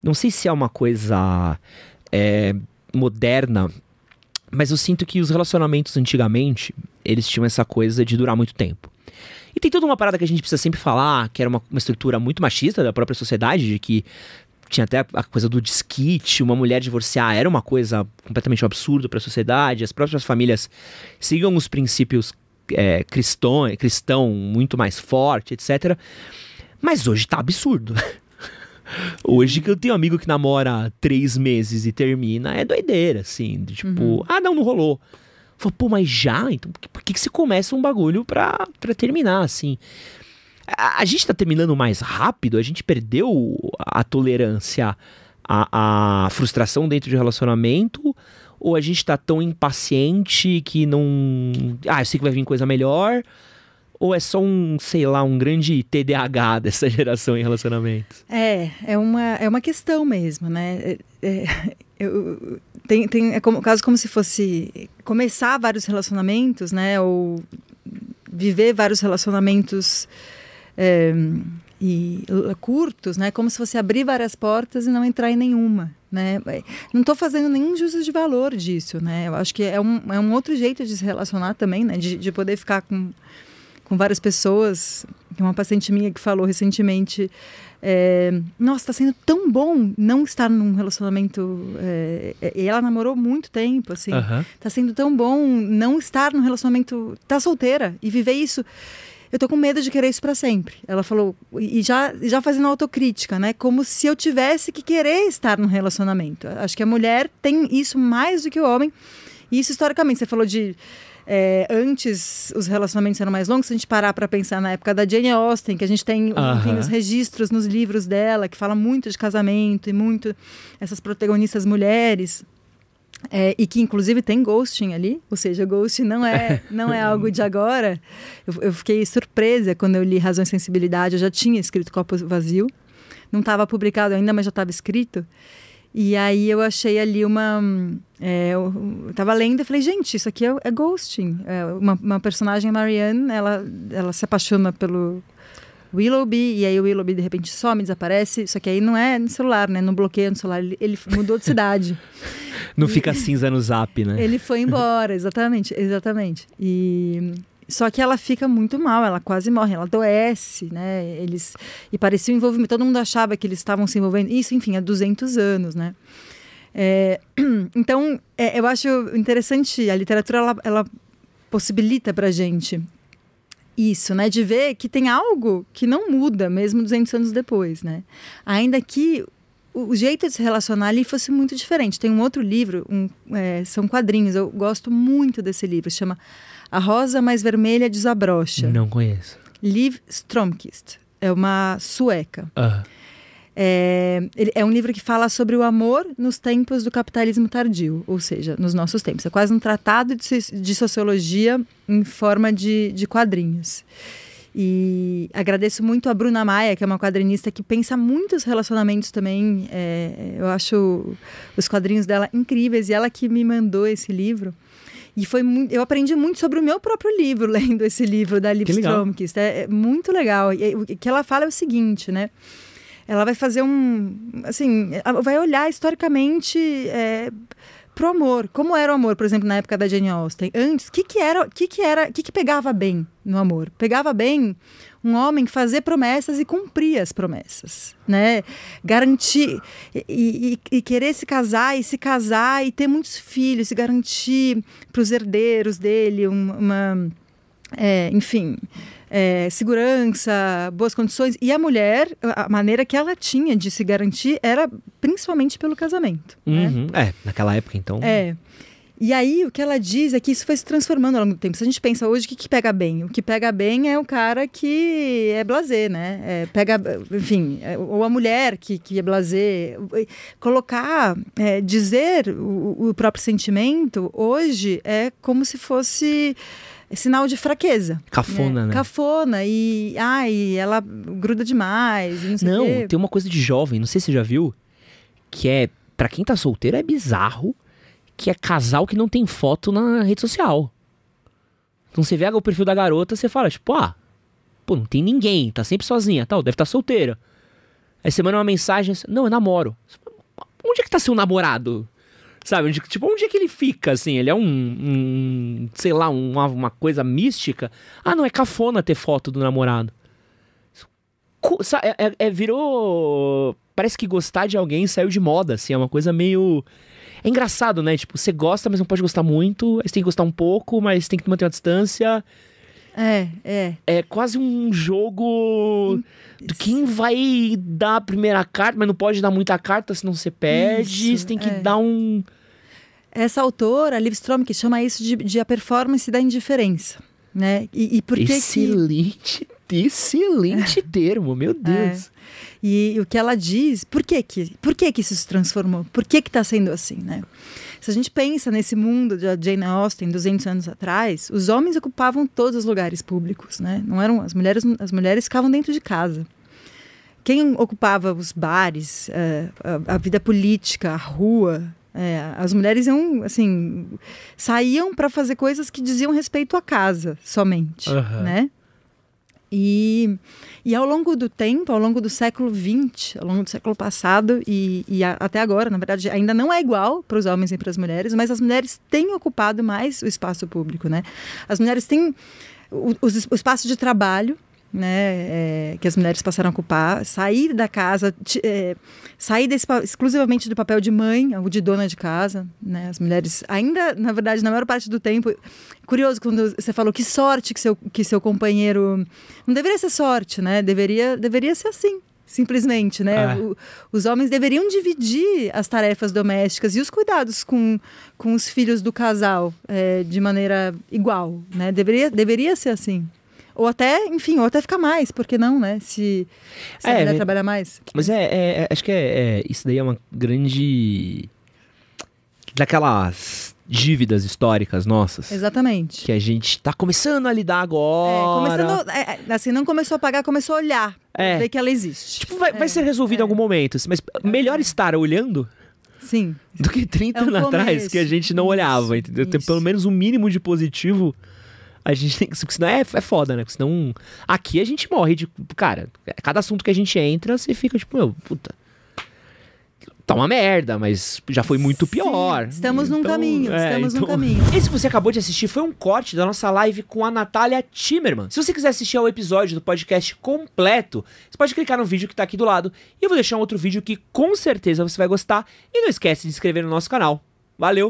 Não sei se é uma coisa moderna, mas eu sinto que os relacionamentos antigamente, eles tinham essa coisa de durar muito tempo. E tem toda uma parada que a gente precisa sempre falar, que era uma estrutura muito machista da própria sociedade, de que tinha até a coisa do desquite, uma mulher divorciar era uma coisa completamente absurda para a sociedade, as próprias famílias seguiam os princípios cristão muito mais forte, etc. Mas hoje tá absurdo. Hoje que eu tenho um amigo que namora 3 meses e termina, é doideira, assim, tipo, não rolou. Falei, pô, mas já? Então por que você começa um bagulho pra terminar, assim? A gente tá terminando mais rápido? A gente perdeu a tolerância à frustração dentro de relacionamento? Ou a gente tá tão impaciente que não... eu sei que vai vir coisa melhor? Ou é só um grande TDAH dessa geração em relacionamentos? É uma questão mesmo, né? É quase como se fosse começar vários relacionamentos, né? Ou viver vários relacionamentos curtos, né? Como se fosse abrir várias portas e não entrar em nenhuma, né? Não estou fazendo nenhum juízo de valor disso, né? Eu acho que é um outro jeito de se relacionar também, né? De poder ficar com várias pessoas. Tem uma paciente minha que falou recentemente, nossa, está sendo tão bom não estar num relacionamento, e ela namorou muito tempo, assim, tá sendo tão bom não estar num relacionamento, tá solteira e viver isso. Eu tô com medo de querer isso para sempre. Ela falou, e já fazendo autocrítica, né, como se eu tivesse que querer estar num relacionamento. Acho que a mulher tem isso mais do que o homem, e isso historicamente, você falou de... antes os relacionamentos eram mais longos. Se a gente parar para pensar na época da Jane Austen, que a gente tem enfim, os registros nos livros dela, que fala muito de casamento e muito essas protagonistas mulheres, e que inclusive tem ghosting ali, ou seja, ghosting não é algo de agora. Eu fiquei surpresa quando eu li Razão e Sensibilidade. Eu já tinha escrito Copo Vazio, não estava publicado ainda, mas já estava escrito. E aí eu achei ali eu tava lendo e falei, gente, isso aqui é ghosting. Uma personagem, Marianne, ela se apaixona pelo Willoughby, e aí o Willoughby de repente some, desaparece. Só que aí não é no celular, né? Não bloqueia no celular, ele mudou de cidade. Não fica cinza no zap, né? Ele foi embora, exatamente. Só que ela fica muito mal, ela quase morre, ela adoece, né? E parecia um envolvimento, todo mundo achava que eles estavam se envolvendo. Isso, enfim, há 200 anos, né? Então, eu acho interessante, a literatura, ela possibilita pra gente isso, né? De ver que tem algo que não muda, mesmo 200 anos depois, né? Ainda que o jeito de se relacionar ali fosse muito diferente. Tem um outro livro, são quadrinhos, eu gosto muito desse livro, se chama A Rosa Mais Vermelha Desabrocha. Não conheço. Liv Strömquist, é uma sueca. É um livro que fala sobre o amor nos tempos do capitalismo tardio, ou seja, nos nossos tempos. É quase um tratado de sociologia em forma de quadrinhos. E agradeço muito a Bruna Maia, que é uma quadrinista que pensa muito os relacionamentos também. Eu acho os quadrinhos dela incríveis, e ela que me mandou esse livro. E eu aprendi muito sobre o meu próprio livro, lendo esse livro da Liv Strömquist. É muito legal. E o que ela fala é o seguinte, né? Ela vai fazer vai olhar historicamente pro amor. Como era o amor, por exemplo, na época da Jane Austen? Antes, o que pegava bem no amor? Pegava bem um homem fazer promessas e cumprir as promessas, né? Garantir e querer se casar e ter muitos filhos, se garantir para os herdeiros dele segurança, boas condições. E a mulher, a maneira que ela tinha de se garantir era principalmente pelo casamento. Né? Naquela época, então... E aí, o que ela diz é que isso foi se transformando ao longo do tempo. Se a gente pensa hoje, o que pega bem? O que pega bem é o cara que é blasé, né? Ou a mulher que é blasé. Colocar, dizer o próprio sentimento, hoje, é como se fosse sinal de fraqueza. Cafona, né? Cafona. E ela gruda demais. E não sei o quê. Tem uma coisa de jovem, não sei se você já viu, que pra quem tá solteiro, é bizarro, que é casal que não tem foto na rede social. Então você vê o perfil da garota, você fala, não tem ninguém, tá sempre sozinha, tal, deve estar solteira. Aí você manda uma mensagem, não, eu namoro. Onde é que tá seu namorado? Sabe, onde é que ele fica, assim? Ele é sei lá, uma coisa mística? Ah, não, é cafona ter foto do namorado. Virou... Parece que gostar de alguém saiu de moda, assim, é uma coisa meio... É engraçado, né? Tipo, você gosta, mas não pode gostar muito, aí você tem que gostar um pouco, mas tem que manter uma distância... É quase um jogo do quem vai dar a primeira carta, mas não pode dar muita carta, senão você perde. Você tem que dar um... Essa autora, a Liv Ström, que chama isso de a performance da indiferença, né? E por que Excelente termo, meu Deus. E o que ela diz, por que isso se transformou? Por que está sendo assim, né? Se a gente pensa nesse mundo de Jane Austen, 200 anos atrás, os homens ocupavam todos os lugares públicos, né? Não eram as mulheres ficavam dentro de casa. Quem ocupava os bares, a vida política, a rua, as mulheres iam, assim, saíam para fazer coisas que diziam respeito à casa somente, né? E ao longo do tempo, ao longo do século XX, ao longo do século passado e até agora, na verdade, ainda não é igual para os homens e para as mulheres, mas as mulheres têm ocupado mais o espaço público, né? As mulheres têm o espaço de trabalho, né, que as mulheres passaram a ocupar, sair da casa, sair exclusivamente do papel de mãe ou de dona de casa, né? As mulheres ainda, na verdade, na maior parte do tempo, curioso quando você falou que sorte que seu companheiro, não deveria ser sorte, né? Deveria ser assim, simplesmente, né? Os homens deveriam dividir as tarefas domésticas e os cuidados com os filhos do casal de maneira igual, né? Deveria ser assim. Ou até ficar mais, por que não, né? Se a mulher trabalhar mais. Mas acho que isso daí é uma grande... Daquelas dívidas históricas nossas. Exatamente. Que a gente tá começando a lidar agora. Assim, não começou a pagar, começou a olhar. Ver que ela existe. Tipo, vai ser resolvido em algum momento. Mas melhor estar olhando... Sim. Do que 30 anos atrás, que a gente não olhava, entendeu? Tem pelo menos um mínimo de positivo... A gente tem que... Senão é foda, né? Porque senão... Aqui a gente morre de... Cara, cada assunto que a gente entra, você fica tipo... Meu, puta... Tá uma merda, mas já foi muito pior. Estamos num caminho, num caminho. Esse que você acabou de assistir foi um corte da nossa live com a Natália Timmerman. Se você quiser assistir ao episódio do podcast completo, você pode clicar no vídeo que tá aqui do lado. E eu vou deixar um outro vídeo que com certeza você vai gostar. E não esquece de se inscrever no nosso canal. Valeu!